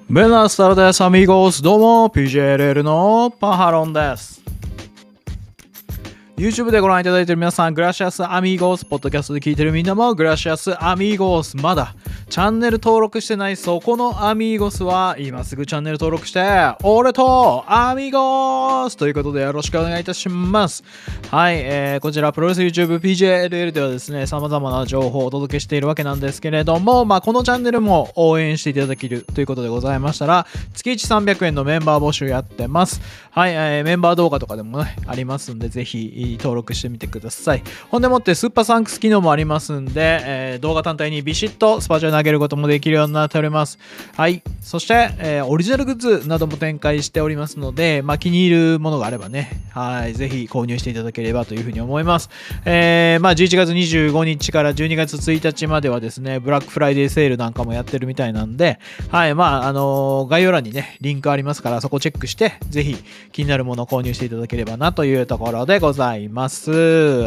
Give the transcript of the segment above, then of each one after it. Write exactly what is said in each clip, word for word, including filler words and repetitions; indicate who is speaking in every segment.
Speaker 1: ベナスタルデスアミーゴス、どうも ピージェーエルエル のパハロンです。 YouTube でご覧いただいている皆さん、グラシアスアミーゴス、ポッドキャストで聞いているみんなもグラシアスアミーゴス。まだチャンネル登録してないそこのアミーゴスは今すぐチャンネル登録して俺とアミーゴスということでよろしくお願いいたします。はい、えー、こちらプロレス YouTube ピージェーエルエル ではですね、様々な情報をお届けしているわけなんですけれども、まあこのチャンネルも応援していただけるということでございましたら、月いちさんびゃくえんのメンバー募集やってます。はい、えー、メンバー動画とかでもねありますんで、ぜひ登録してみてください。ほんでもってスーパーサンクス機能もありますんで、えー、動画単体にビシッとスパチャを投げることもできるようになっております。はい、そして、えー、オリジナルグッズなども展開しておりますので、まあ、気に入るものがあればね、はい、ぜひ購入していただければというふうに思います。えー、まあじゅういちがつにじゅうごにちからじゅうにがつついたちまではですね、ブラックフライデーセールなんかもやってるみたいなんで、はい、まああのー、概要欄にねリンクありますから、そこチェックしてぜひ気になるものを購入していただければなというところでございます。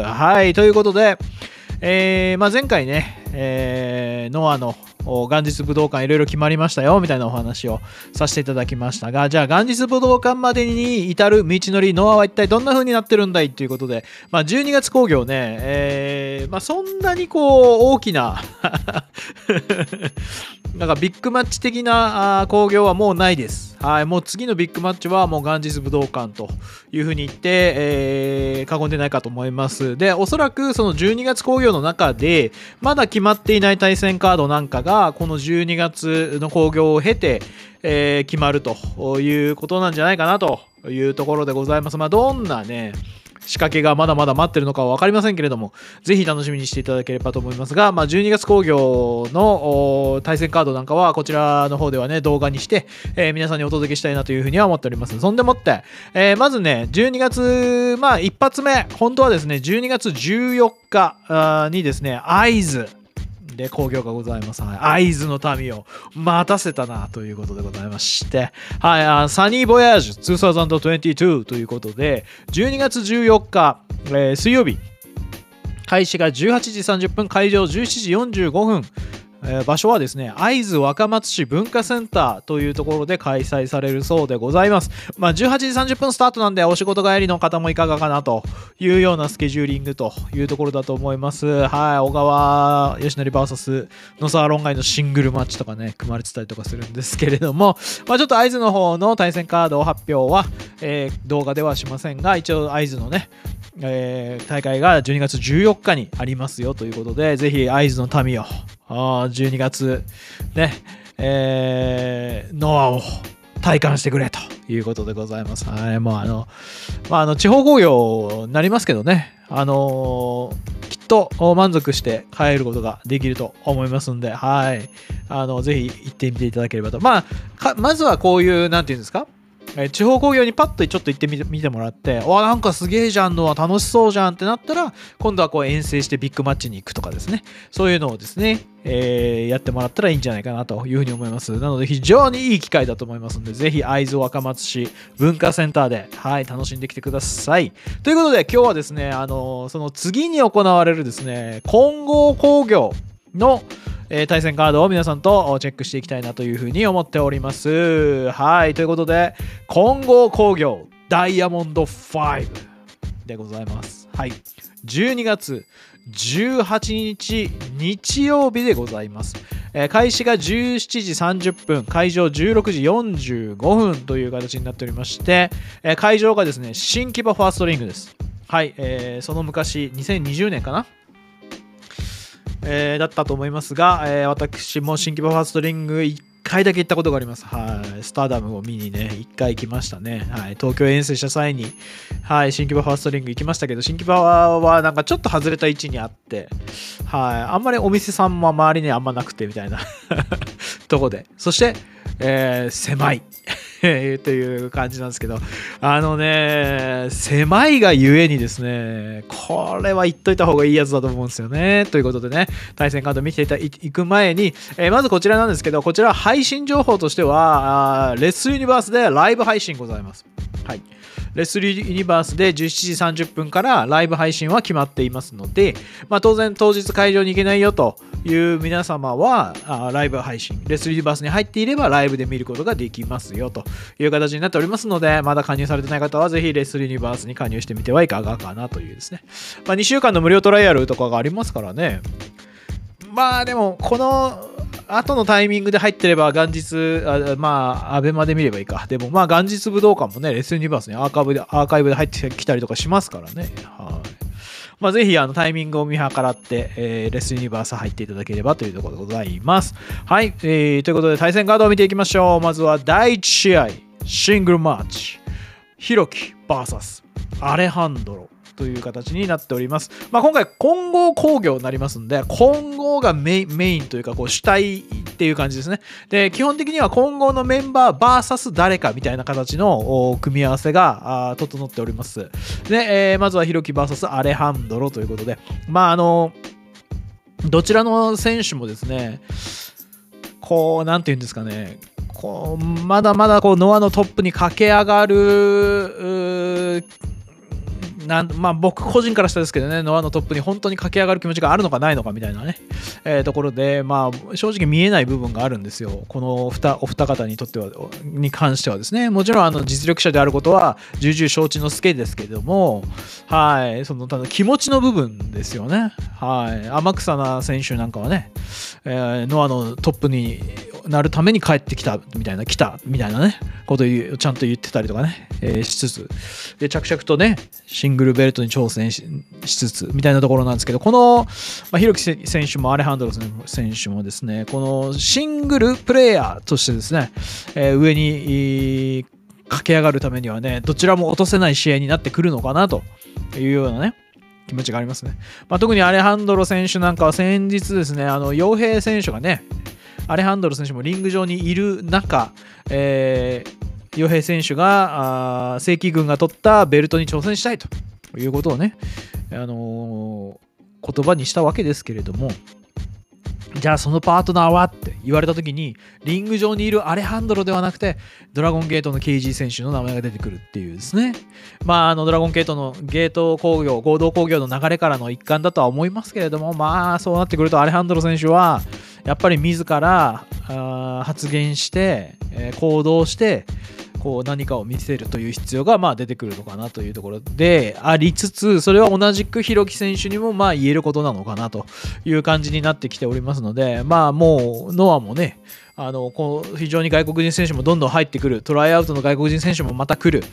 Speaker 1: はい、ということで、えーまあ、前回ね、えー、ノアの元日武道館いろいろ決まりましたよみたいなお話をさせていただきましたが、じゃあ元日武道館までに至る道のり、ノアは一体どんな風になってるんだいということで、まあ、じゅうにがつ興行ね、えーまあ、そんなにこう大きななんかビッグマッチ的な興行はもうないです。はい、もう次のビッグマッチはもう元日武道館という風に言って、えー、過言でないかと思います。で、おそらくそのじゅうにがつ興行の中でまだ決まっていない対戦カードなんかがこのじゅうにがつの興行を経て、えー、決まるということなんじゃないかなというところでございます。まあ、どんなね仕掛けがまだまだ待ってるのかは分かりませんけれども、ぜひ楽しみにしていただければと思いますが、まあ、じゅうにがつ興行の対戦カードなんかはこちらの方ではね動画にして、えー、皆さんにお届けしたいなというふうには思っております。そんでもって、えー、まずねじゅうにがつ、まあ一発目、本当はですねじゅうにがつじゅうよっかにですね会津で興行がございます。はい、会津の民を待たせたなということでございまして、はい、サニーボヤージュにせんにじゅうにということで、じゅうにがつじゅうよっか、えー、水曜日、開始がじゅうはちじさんじゅっぷん、会場じゅうしちじよんじゅうごふん、えー、場所はですね会津若松市文化センターというところで開催されるそうでございます。まあ、じゅうはちじさんじゅっぷんスタートなんで、お仕事帰りの方もいかがかなというようなスケジューリングというところだと思います。はい、小川義則 ブイエス 野沢論外のシングルマッチとかね組まれてたりとかするんですけれども、まあ、ちょっと会津の方の対戦カード発表は、えー、動画ではしませんが、一応会津のねえー、大会がじゅうにがつじゅうよっかにありますよということで、ぜひ会津の民をあじゅうにがつね、えー、ノアを体感してくれということでございます。はい、もうあの、まあ、あの地方興行になりますけどね、あのー、きっと満足して帰ることができると思いますんで、はい、あのぜひ行ってみていただければと。まあ、まずはこういうなんていうんですか、地方興行にパッとちょっと行ってみて、見てもらって、わ、なんかすげえじゃんのは楽しそうじゃんってなったら、今度はこう遠征してビッグマッチに行くとかですね、そういうのをですね、えー、やってもらったらいいんじゃないかなというふうに思います。なので非常にいい機会だと思いますので、ぜひ会津若松市文化センターで、はい、楽しんできてください。ということで今日はですね、あのー、その次に行われるですね金剛興行のえー、対戦カードを皆さんとチェックしていきたいなというふうに思っております。はい、ということで金剛興行ダイヤモンドファイブでございます。はい、じゅうにがつじゅうはちにち日曜日でございます。えー、開始がじゅうしちじさんじゅっぷん、会場じゅうろくじよんじゅうごふんという形になっておりまして、えー、会場がですね新木場ファーストリングです。はい、えー、その昔にせんにじゅうねんかな、えー、だったと思いますが、えー、私も新木場ファーストリングいっかいだけ行ったことがあります。はい、スターダムを見にねいっかい行きましたね。はい、東京遠征した際に、はい、新木場ファーストリング行きましたけど、新木場はなんかちょっと外れた位置にあって、はい、あんまりお店さんも周りにあんまなくてみたいなとこで、そして、えー、狭いという感じなんですけど、あのね、狭いがゆえにですね、これは言っといた方がいいやつだと思うんですよね。ということでね、対戦カード見ていたいく前に、えー、まずこちらなんですけど、こちら配信情報としては、レッスルユニバースでライブ配信ございます。はい。レッスルユニバースでじゅうしちじさんじゅっぷんからライブ配信は決まっていますので、まあ、当然当日会場に行けないよという皆様はあライブ配信、レッスルユニバースに入っていればライブで見ることができますよという形になっておりますので、まだ加入されてない方はぜひレッスルユニバースに加入してみてはいかがかなというですね、まあ、にしゅうかんの無料トライアルとかがありますからね。まあでもこの後のタイミングで入ってれば元日、あまあ、アベマで見ればいいか。でも、まあ、元日武道館もね、レッスルユニバースにアーカイブで、アーカイブで入ってきたりとかしますからね。はい。まあ、ぜひ、あの、タイミングを見計らって、えー、レッスルユニバース入っていただければというところでございます。はい。えー、ということで、対戦カードを見ていきましょう。まずは、だいいち試合、シングルマッチ。ひろき ブイエス アレハンドロ。という形になっております。まあ、今回混合興行になりますので、混合がメイン、メインというかこう主体っていう感じですね。で、基本的には混合のメンバー ブイエス 誰かみたいな形の組み合わせが整っております。で、えー、まずはひろき ブイエス アレハンドロということで、まああのどちらの選手もですね、こうなんていうんですかね。こうまだまだこうノアのトップに駆け上がるなんまあ、僕個人からしたらですけどね、ノアのトップに本当に駆け上がる気持ちがあるのかないのかみたいなね、えー、ところで、まあ、正直見えない部分があるんですよ。このお二、お二方にとっては、に関してはですね、もちろんあの実力者であることは重々承知の助ですけれども、はい、そのただ気持ちの部分ですよね。はい、天草な選手なんかはね、えー、ノアのトップになるために帰ってきたみたいな、来たみたいなね、ことをちゃんと言ってたりとかね、えー、しつつ、で、着々とね、シングルベルトに挑戦 し, しつつみたいなところなんですけど、この、まあ、ひろき選手もアレハンドロ選手もですね、このシングルプレイヤーとしてですね、えー、上に駆け上がるためにはね、どちらも落とせない試合になってくるのかなというようなね、気持ちがありますね。まあ、特にアレハンドロ選手なんかは先日ですね、あの傭兵選手がね、アレハンドロ選手もリング上にいる中、えー、傭兵選手が正規軍が取ったベルトに挑戦したいということをね、あのー、言葉にしたわけですけれども、じゃあそのパートナーはって言われた時に、リング上にいるアレハンドロではなくてドラゴンゲートの ケージー 選手の名前が出てくるっていうですね、まああのドラゴンゲートのゲート工業合同工業の流れからの一環だとは思いますけれども、まあそうなってくるとアレハンドロ選手はやっぱり自らあ発言して、えー、行動してこう何かを見せるという必要がまあ出てくるのかなというところでありつつ、それは同じくひろき選手にもまあ言えることなのかなという感じになってきておりますので、まあもうノアもね、あのこう非常に外国人選手もどんどん入ってくる、トライアウトの外国人選手もまた来る、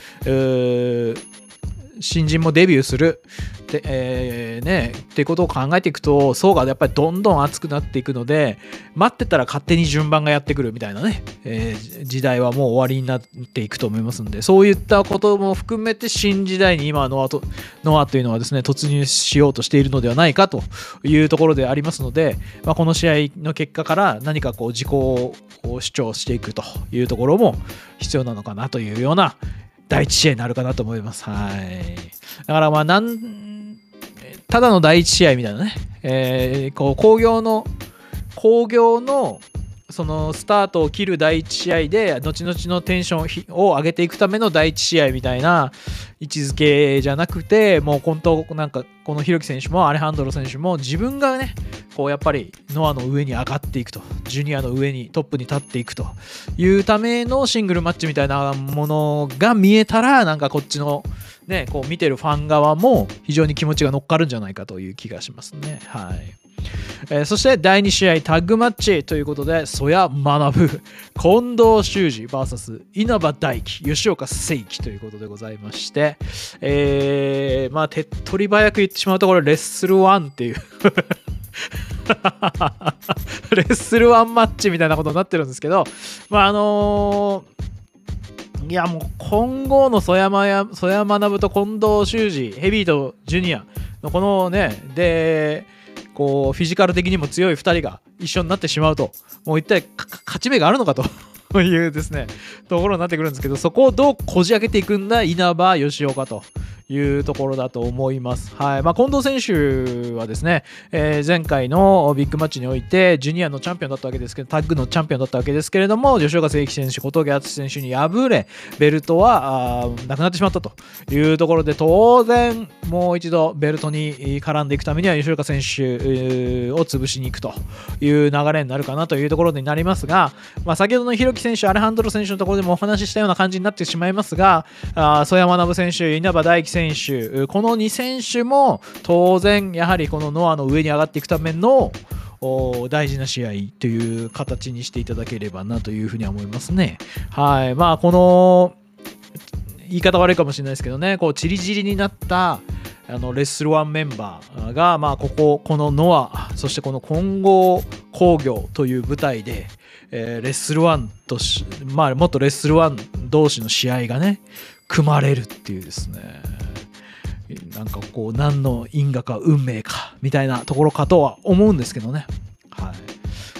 Speaker 1: 新人もデビューするで、えー、ねってことを考えていくと、層がやっぱりどんどん厚くなっていくので、待ってたら勝手に順番がやってくるみたいなね、えー、時代はもう終わりになっていくと思いますので、そういったことも含めて新時代に今ノアとノアというのはですね突入しようとしているのではないかというところでありますので、まあ、この試合の結果から何かこう自己を主張していくというところも必要なのかなというようなだいいち試合になるかなと思います。はい。だからまあなんただのだいいち試合みたいなね、えー、こう工業の工業のそのスタートを切るだいいち試合で後々のテンションを上げていくためのだいいち試合みたいな位置づけじゃなくて、もう本当なんかこのひろき選手もアレハンドロ選手も自分がねこうやっぱりノアの上に上がっていくと、ジュニアの上にトップに立っていくというためのシングルマッチみたいなものが見えたら、なんかこっちのねこう見てるファン側も非常に気持ちが乗っかるんじゃないかという気がしますね。はい。えー、そしてだいに試合タッグマッチということで、曽谷学、近藤修二 ブイエス 稲葉大輝、吉岡誠輝ということでございまして、えー、まあ手っ取り早く言ってしまうところレッスルワンっていうレッスルワンマッチみたいなことになってるんですけど、まああのー、いやもう今後の曽山や曽山学と近藤修二ヘビーとジュニアのこのねでこうフィジカル的にも強いふたりが一緒になってしまうと、もう一体勝ち目があるのかとというですね、ところになってくるんですけど、そこをどうこじ開けていくんだ、稲葉義雄かというところだと思います。はい。まあ、近藤選手はですね、えー、前回のビッグマッチにおいて、ジュニアのチャンピオンだったわけですけど、タッグのチャンピオンだったわけですけれども、吉岡誠輝選手、小峠敦選手に敗れ、ベルトはなくなってしまったというところで、当然、もう一度ベルトに絡んでいくためには、吉岡選手を潰しに行くという流れになるかなというところになりますが、まあ、先ほどの弘樹選手、アレハンドロ選手のところでもお話ししたような感じになってしまいますが、あ曽山学選手、稲葉大輝選手、このに選手も当然やはりこのノアの上に上がっていくための大事な試合という形にしていただければなというふうには思いますね。はい。まあ、この言い方悪いかもしれないですけどね、こうチリチリになったあのレッスルワンメンバーが、まあ、こここのノア、そしてこの混合工業という舞台で、えー、レッスルワンとし、まあ、もっとレッスルワン同士の試合がね組まれるっていうですね、なんかこう何の因果か運命かみたいなところかとは思うんですけどね。はい。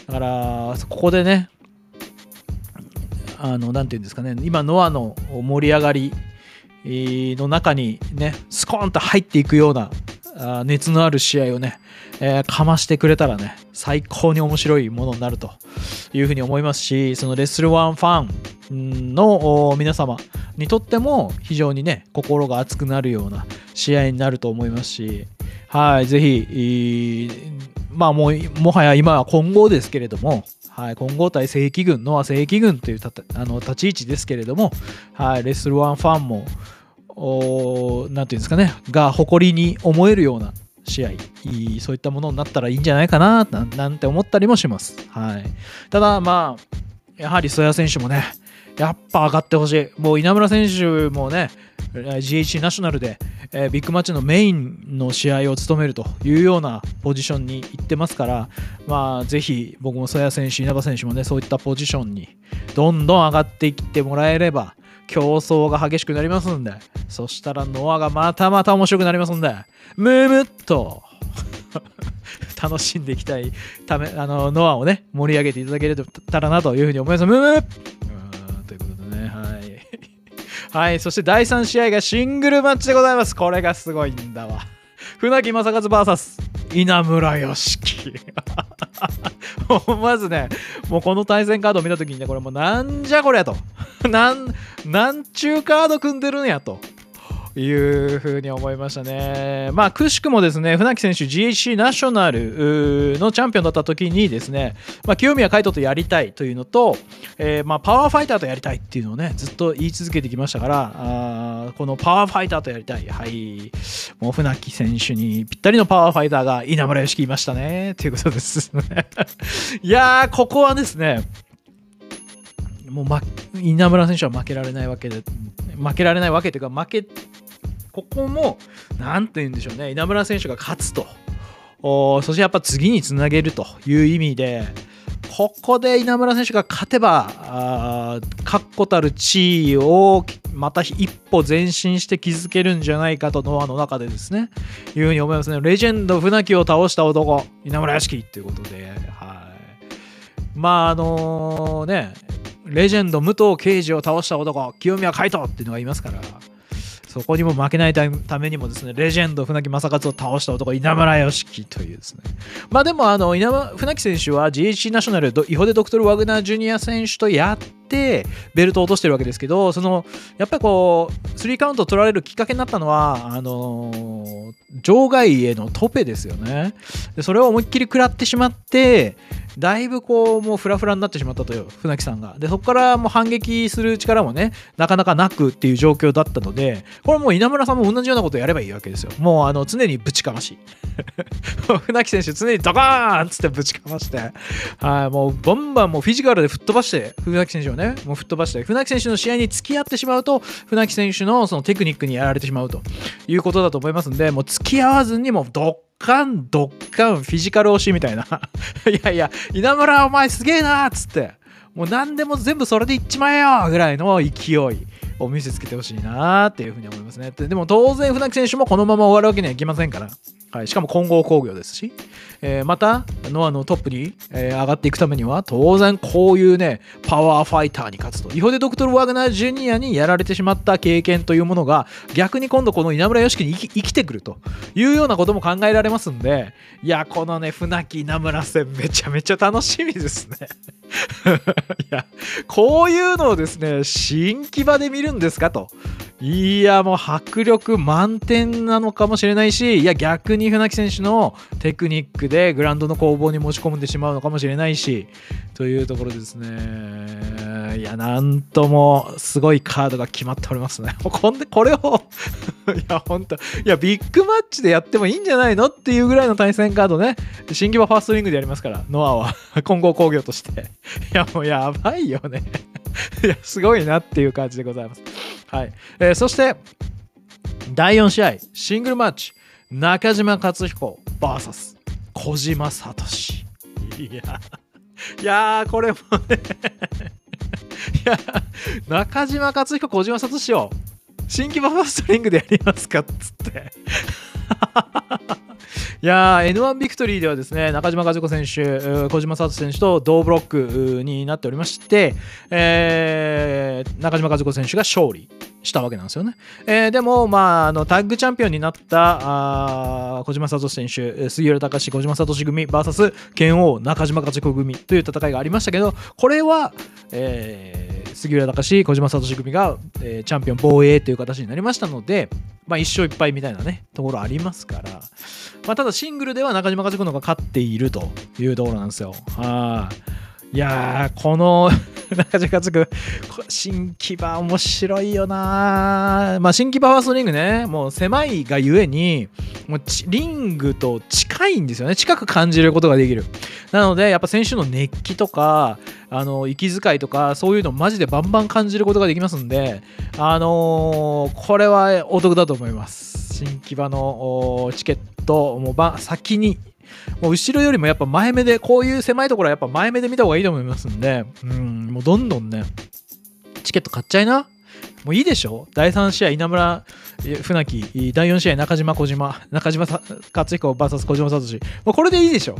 Speaker 1: だからここでね、あのなんていうんですかね、今ノアの盛り上がりの中にねスコーンと入っていくようなあ熱のある試合をね、えー、かましてくれたらね最高に面白いものになるというふうに思いますし、そのレッスルワンファンの皆様にとっても非常にね心が熱くなるような試合になると思いますし、はい、ぜひまあもうもはや今は混合ですけれども、はい、混合対正規軍、ノア正規軍というたあの立ち位置ですけれども、はい、レッスルワンファンもなんていうんですかねが誇りに思えるような試合、そういったものになったらいいんじゃないかななんて思ったりもします。はい、ただまあやはり曽谷選手もねやっぱ上がってほしい。もう稲村選手もね ジーエイチシー ナショナルで、えー、ビッグマッチのメインの試合を務めるというようなポジションに行ってますから、まあぜひ僕も曽谷選手、稲葉選手もねそういったポジションにどんどん上がっていってもらえれば競争が激しくなりますんで、そしたらノアがまたまた面白くなりますんで、ムムっと楽しんでいきたいため、あのノアをね盛り上げていただけれたらなというふうに思います。ムムということでね、はい、はい、そしてだいさん試合がシングルマッチでございます。これがすごいんだわ。船木正和 ブイエス 稲村良樹まずねもうこの対戦カードを見た時にね、これもうなんじゃこりゃとなんなんちゅうカード組んでるんやというふうに思いましたね。まあくしくもですね、船木選手 ジーエイチシー ナショナルのチャンピオンだった時にですね、まあ、清宮海斗とやりたいというのと、えー、まあパワーファイターとやりたいっていうのをねずっと言い続けてきましたから、あこのパワーファイターとやりたい、はい、もう船木選手にぴったりのパワーファイターが稲村良樹いましたねということですねいやーここはですねもう、ま、稲村選手は負けられないわけで負けられないわけというか負けここも何て言うんでしょうね、稲村選手が勝つと、そしてやっぱ次につなげるという意味でここで稲村選手が勝てば確固たる地位をまた一歩前進して築けるんじゃないかとノアの中でですねいうふうに思いますね。レジェンド船木を倒した男稲村良樹ということで、はい、まああのねレジェンド武藤敬司を倒した男清宮海斗っていうのがいますから、そこにも負けないためにもですね、レジェンド船木正和を倒した男稲村良樹というですね、まあでもあの稲村船木選手は ジーエイチシー ナショナルイホデドクトル・ワグナージュニア選手とやってベルトを落としてるわけですけど、そのやっぱりこうスリーカウントを取られるきっかけになったのはあのー、場外へのトペですよね。でそれを思いっきり食らってしまってだいぶこうもうフラフラになってしまったという船木さんが、でそこからもう反撃する力もねなかなかなくっていう状況だったので、これもう稲村さんも同じようなことをやればいいわけですよ。もうあの常にぶちかまし船木選手常にドカーンっつってぶちかまして、はい、もうバンバンもうフィジカルで吹っ飛ばして船木選手をねもう吹っ飛ばして船木選手の試合に付き合ってしまうと船木選手のそのテクニックにやられてしまうということだと思いますんで、もう付き合わずにもうドッカンドッカンフィジカル推しみたいないやいや稲村お前すげえなーっつってもう何でも全部それでいっちまえよぐらいの勢いを見せつけてほしいなっていうふうに思いますね。で, でも当然船木選手もこのまま終わるわけにはいきませんから、はい、しかも混合工業ですし、えー、またノアのトップに、えー、上がっていくためには当然こういうねパワーファイターに勝つと、イホデ・ドクトル・ワグナー・ジュニアにやられてしまった経験というものが逆に今度この稲村良樹に生き、生きてくるというようなことも考えられますんで、いやこのね船木稲村戦めちゃめちゃ楽しみですねいやこういうのをですね新木場で見るんですかと、いやもう迫力満点なのかもしれないし、いや逆に船木選手のテクニックでグラウンドの攻防に持ち込んでしまうのかもしれないしというところですね。いやなんともすごいカードが決まっておりますね。こんでこれをいや本当いやビッグマッチでやってもいいんじゃないのっていうぐらいの対戦カードね、新木場ファーストリングでやりますからノアは混合工業としていやもうやばいよねいやすごいなっていう感じでございます。はい、えー、そしてだいよん試合シングルマッチ、中島克彦 ブイエス 小島聡。いやいやーこれもねいや中島克彦小島聡を新木場ファーストリングでやりますかっつっていやー エヌワン ビクトリーではですね中島和子選手、小島聡選手と同ブロックになっておりまして、えー、中島和子選手が勝利したわけなんですよね。えー、でも、まあ、あのタッグチャンピオンになったあ小島聡選手、杉浦隆小島聡組 ブイエス 拳王中島和子組という戦いがありましたけど、これは、えー、杉浦隆小島聡組が、えー、チャンピオン防衛という形になりましたので、まあ、一勝一敗みたいなねところありますから、まあ、ただシングルでは中島和子の方が勝っているというところなんですよ。はあ、いやーこの中島和子新木場面白いよな。まあ新木場ファーストリングね、もう狭いがゆえにもうリングと近いんですよね。近く感じることができる。なのでやっぱ選手の熱気とかあの息遣いとかそういうのをマジでバンバン感じることができますんで、あのー、これはお得だと思います。新木場のチケットもう先にもう後ろよりもやっぱ前目で、こういう狭いところはやっぱ前目で見た方がいいと思いますんで、うんもうどんどんねチケット買っちゃいな。もういいでしょ。だいさん試合稲村船木、だいよん試合中島小島中島克彦 ブイエス 小島聡、もうこれでいいでしょ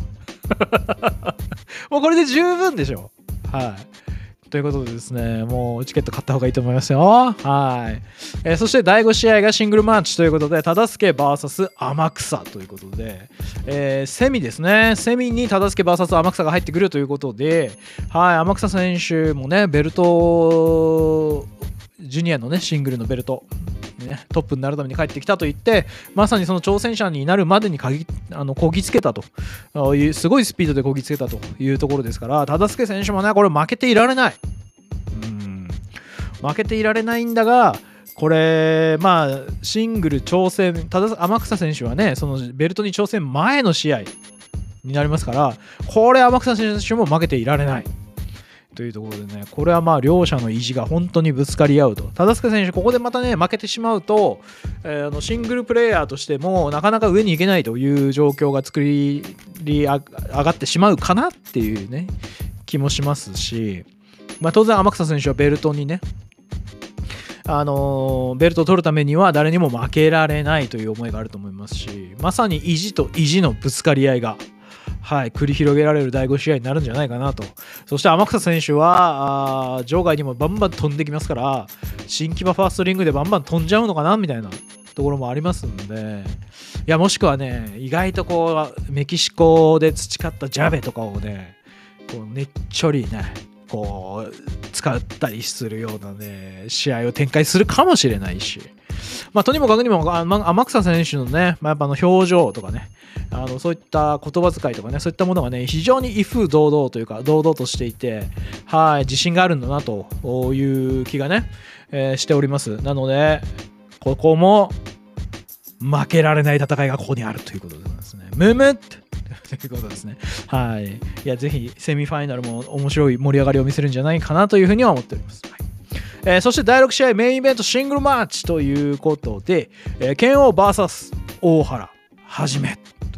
Speaker 1: もうこれで十分でしょ。はいということでですね、もうチケット買った方がいいと思いますよ。はい、えー、そしてだいご試合がシングルマッチということで、忠助 ブイエス 天草ということで、えー、セミですね。セミに忠助 ブイエス 天草が入ってくるということで、はい、天草選手もねベルトジュニアのねシングルのベルト、ね、トップになるために帰ってきたと言って、まさにその挑戦者になるまでにかぎあのこぎつけたという、すごいスピードでこぎつけたというところですから、忠助選手もねこれ負けていられない。うん負けていられないんだが、これまあシングル挑戦、ただ天草選手はねそのベルトに挑戦前の試合になりますから、これ天草選手も負けていられないというところでね、これはまあ両者の意地が本当にぶつかり合うと。忠助選手ここでまたね負けてしまうと、えー、あのシングルプレイヤーとしてもなかなか上に行けないという状況が作り上がってしまうかなっていうね気もしますし、まあ、当然天草選手はベルトにねあのー、ベルトを取るためには誰にも負けられないという思いがあると思いますし、まさに意地と意地のぶつかり合いがはい、繰り広げられるだいご試合になるんじゃないかなと。そして天草選手はあ場外にもバンバン飛んできますから、新木場ファーストリングでバンバン飛んじゃうのかなみたいなところもありますんで、いやもしくはね意外とこうメキシコで培ったジャベとかをねこうねっちょりねこう使ったりするようなね試合を展開するかもしれないし、まあとにもかくにも天草選手のね、まあ、やっぱあの表情とかね、あのそういった言葉遣いとかね、そういったものがね非常に威風堂々というか堂々としていて、はい自信があるんだなという気がね、えー、しております。なのでここも負けられない戦いがここにあるということですね。むむっということですね。はい。いやぜひセミファイナルも面白い盛り上がりを見せるんじゃないかなというふうには思っております。はい、えー、そしてだいろく試合メインイベントシングルマッチということで、えー、拳王 ブイエス 大原はじめとい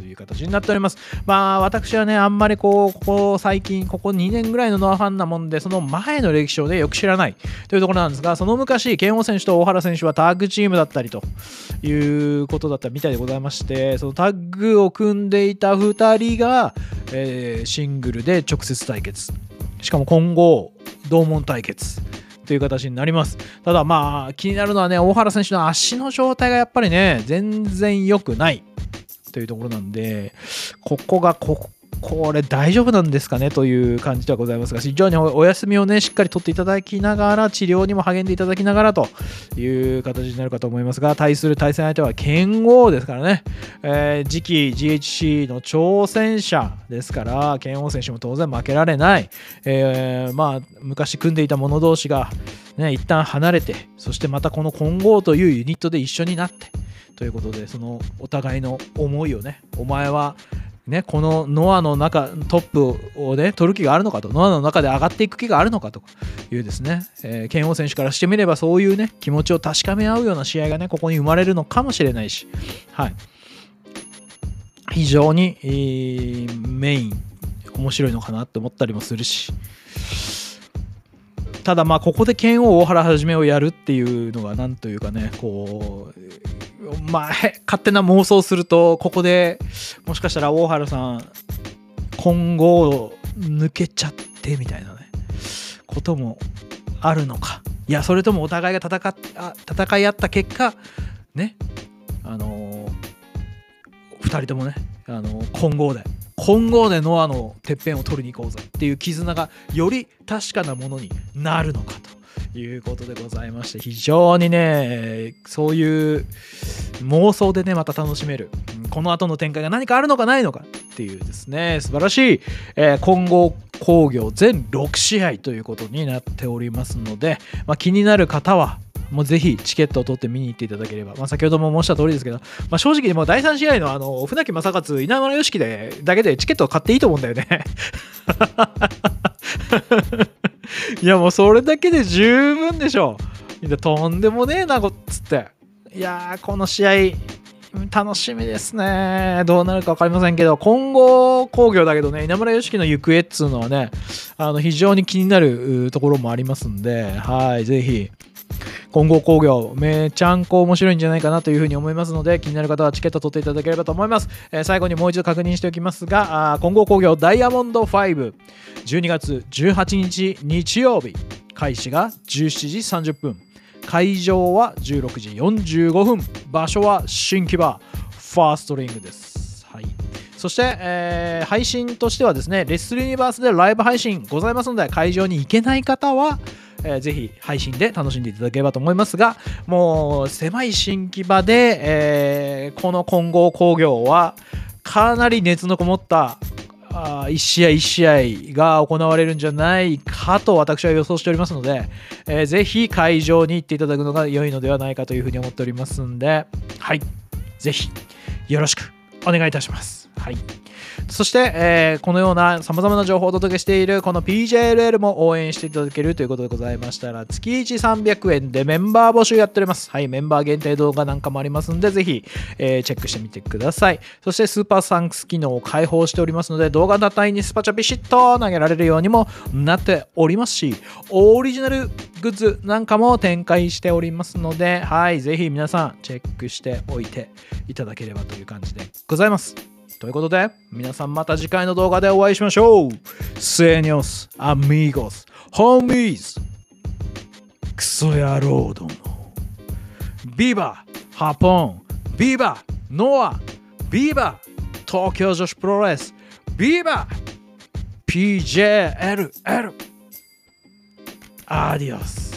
Speaker 1: いう形になっております。まあ私はねあんまりこうここ最近ここにねんぐらいのノアファンなもんでその前の歴史をねよく知らないというところなんですが、その昔拳王選手と大原選手はタッグチームだったりということだったみたいでございまして、そのタッグを組んでいたふたりが、えー、シングルで直接対決、しかも混合同門対決という形になります。ただまあ気になるのはね、大原選手の足の状態がやっぱりね全然良くないというところなんで、ここがここれ大丈夫なんですかねという感じではございますが、非常にお休みをねしっかりとっていただきながら治療にも励んでいただきながらという形になるかと思いますが、対する対戦相手は拳王ですからね、えー、次期 ジーエイチシー の挑戦者ですから、拳王選手も当然負けられない、えー、まあ昔組んでいた者同士がね一旦離れて、そしてまたこの混合というユニットで一緒になってということで、そのお互いの思いをね、お前はね、このノアの中トップをね取る気があるのかと、ノアの中で上がっていく気があるのかというですね、えー、拳王選手からしてみればそういうね気持ちを確かめ合うような試合がねここに生まれるのかもしれないし、はい、非常に、えー、メイン面白いのかなって思ったりもするし、ただまあここで拳王大原はじめをやるっていうのがなんというかね、こうまあ勝手な妄想すると、ここでもしかしたら大原さん今後抜けちゃってみたいなねこともあるのか、いやそれともお互いが戦っあ戦い合った結果ね、あのー、ふたりともね、あのー、混合で混合でノアのてっぺんを取りに行こうぜっていう絆がより確かなものになるのかということでございまして、非常にねそういう妄想でねまた楽しめる、この後の展開が何かあるのかないのかっていうですね素晴らしい、えー、混合興行全ろくしあいということになっておりますので、まあ、気になる方はもうぜひチケットを取って見に行っていただければ、まあ、先ほども申した通りですけど、まあ、正直もうだいさん試合のあの船木正勝稲村良樹でだけでチケットを買っていいと思うんだよねいやもうそれだけで十分でしょ。とんでもねえなこっつって、いやーこの試合楽しみですね。どうなるか分かりませんけど、混合興行だけどね稲村良樹の行方っつうのはねあの非常に気になるところもありますんで、はいぜひ混合興行めちゃんこ面白いんじゃないかなというふうに思いますので、気になる方はチケット取っていただければと思います。えー、最後にもう一度確認しておきますが、あ混合興行ダイヤモンドファイブじゅうにがつじゅうはちにち日曜日、開始がじゅうしちじさんじゅっぷん、会場はじゅうろくじよんじゅうごふん、場所は新木場ファーストリングです。はい、そして、えー、配信としてはですねレッスルユニバースでライブ配信ございますので、会場に行けない方はえー、ぜひ配信で楽しんでいただければと思いますが、もう狭い新木場で、えー、この混合興行はかなり熱のこもったあいち試合いち試合が行われるんじゃないかと私は予想しておりますので、えー、ぜひ会場に行っていただくのが良いのではないかというふうに思っておりますんで、はいぜひよろしくお願いいたします。はい、そして、えー、このような様々な情報をお届けしているこの ピージェーエルエル も応援していただけるということでございましたら、月いちさんびゃくえんでメンバー募集やっております。はい、メンバー限定動画なんかもありますんで、ぜひ、えー、チェックしてみてください。そしてスーパーサンクス機能を開放しておりますので、動画だ単位にスパチャビシッと投げられるようにもなっておりますし、オリジナルグッズなんかも展開しておりますので、はい、ぜひ皆さんチェックしておいていただければという感じでございます。ということで、皆さんまた次回の動画でお会いしましょう。セニョス、アミーゴス、ホーミーズ、クソ野郎ども。ビバ、ハポン、ビバ、ノア、ビバ、東京女子プロレス、ビバ、ピージェーエルエル。アディオス。